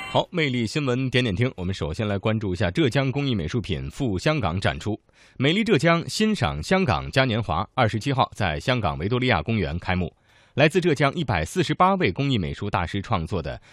好，魅力新闻点点听，我们首先来关注一下浙江工艺美术品赴香港展出。美丽浙江，欣赏香港嘉年华27号在香港维多利亚公园开幕。来自浙江148位工艺美术大师创作的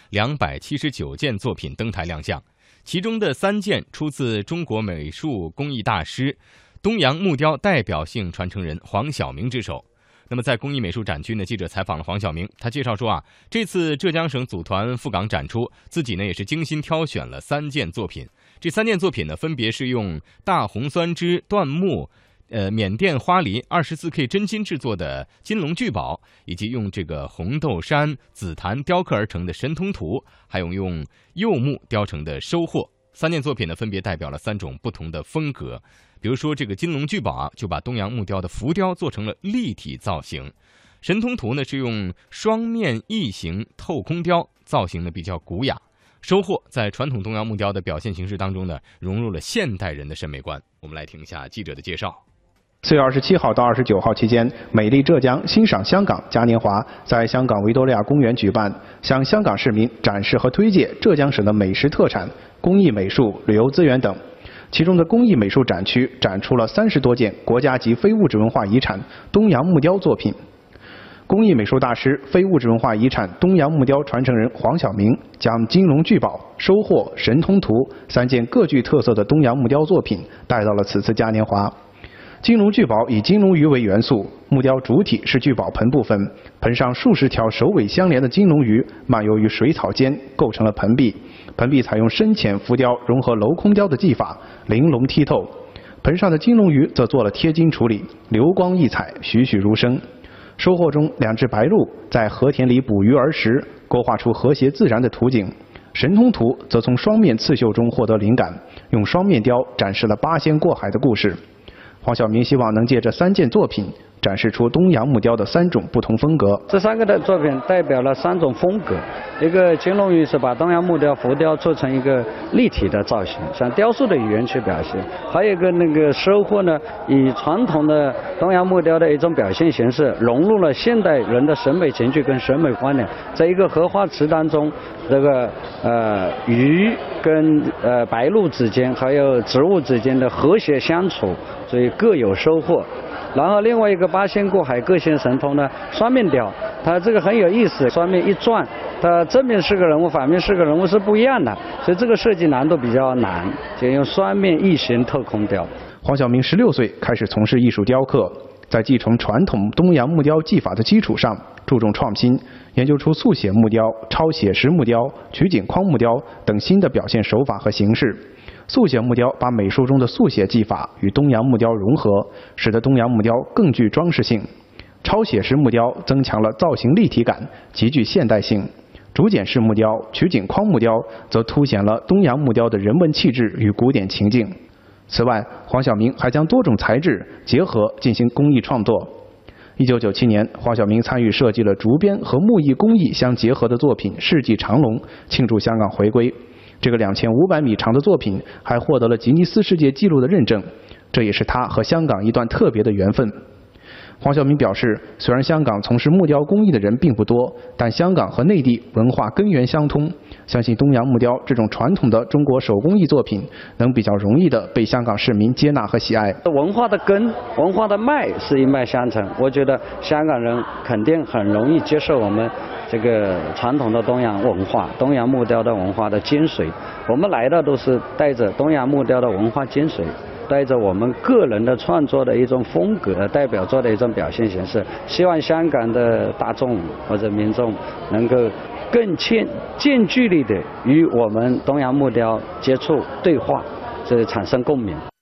279件作品登台亮相，其中的3件出自中国美术工艺大师东洋木雕代表性传承人黄晓明之手。那么在工艺美术展区呢，记者采访了黄晓明，他介绍说这次浙江省组团赴港展出，自己呢也是精心挑选了3件作品。这3件作品呢，分别是用大红酸枝、椴木、缅甸花梨、24K 真金制作的金龙聚宝，以及用这个红豆杉、紫檀雕刻而成的神通图，还有用柚木雕成的收获。3件作品呢，分别代表了3种不同的风格。比如说这个金龙聚宝就把东洋木雕的浮雕做成了立体造型，神通图呢是用双面异形透空雕，造型呢比较古雅。收获在传统东洋木雕的表现形式当中呢，融入了现代人的审美观。我们来听一下记者的介绍。 4月27号到29号期间，美丽浙江，欣赏香港嘉年华在香港维多利亚公园举办，向香港市民展示和推介浙江省的美食特产、工艺美术、旅游资源等。其中的工艺美术展区展出了30多件国家级非物质文化遗产东洋木雕作品。工艺美术大师、非物质文化遗产东洋木雕传承人黄晓明将金龙聚宝、收获、神通图3件各具特色的东洋木雕作品带到了此次嘉年华。金龙聚宝以金龙鱼为元素，木雕主体是聚宝盆部分，盆上数十条首尾相连的金龙鱼漫游于水草间，构成了盆壁。盆壁采用深浅浮雕融合镂空雕的技法，玲珑剔透。盆上的金龙鱼则做了贴金处理，流光溢彩，栩栩如生。收获中2只白鹭在河田里捕鱼而食，勾画出和谐自然的图景。神通图则从双面刺绣中获得灵感，用双面雕展示了8仙过海的故事。黄晓明希望能借这3件作品展示出东洋木雕的3种不同风格。 这3个的作品代表了3种风格。一个金龙鱼是把东洋木雕浮雕做成一个立体的造型，像雕塑的语言去表现。还有一个那个收获呢，以传统的东洋木雕的一种表现形式，融入了现代人的审美情趣跟审美观念，在一个荷花池当中，这个鱼跟白鹭之间，还有植物之间的和谐相处，所以各有收获。然后另外一个8仙过海各显神通呢，双面雕，它这个很有意思，双面一转，它正面是个人物，反面是个人物是不一样的，所以这个设计难度比较难，就用双面异形透空雕。 黄晓明16岁开始从事艺术雕刻，在继承传统东洋木雕技法的基础上，注重创新，研究出速写木雕、超写实木雕、取景框木雕等新的表现手法和形式。速写木雕把美术中的速写技法与东洋木雕融合，使得东洋木雕更具装饰性。超写实木雕增强了造型立体感，极具现代性。竹简式木雕、取景框木雕则凸显了东洋木雕的人文气质与古典情境。此外，黄晓明还将多种材质结合进行工艺创作。1997年，黄晓明参与设计了竹编和木艺工艺相结合的作品《世纪长龙》，庆祝香港回归。这个2500米长的作品还获得了吉尼斯世界纪录的认证，这也是他和香港一段特别的缘分。黄晓明表示，虽然香港从事木雕工艺的人并不多，但香港和内地文化根源相通，相信东洋木雕这种传统的中国手工艺作品能比较容易的被香港市民接纳和喜爱。 文化的根、文化的脉是一脉相承，我觉得香港人肯定很容易接受我们这个传统的东洋文化、东洋木雕的文化的精髓。我们来的都是带着东洋木雕的文化精髓，带着我们个人的创作的一种风格，代表作的一种表现形式。希望香港的大众或者民众能够更近距离的与我们东洋木雕接触对话，这产生共鸣。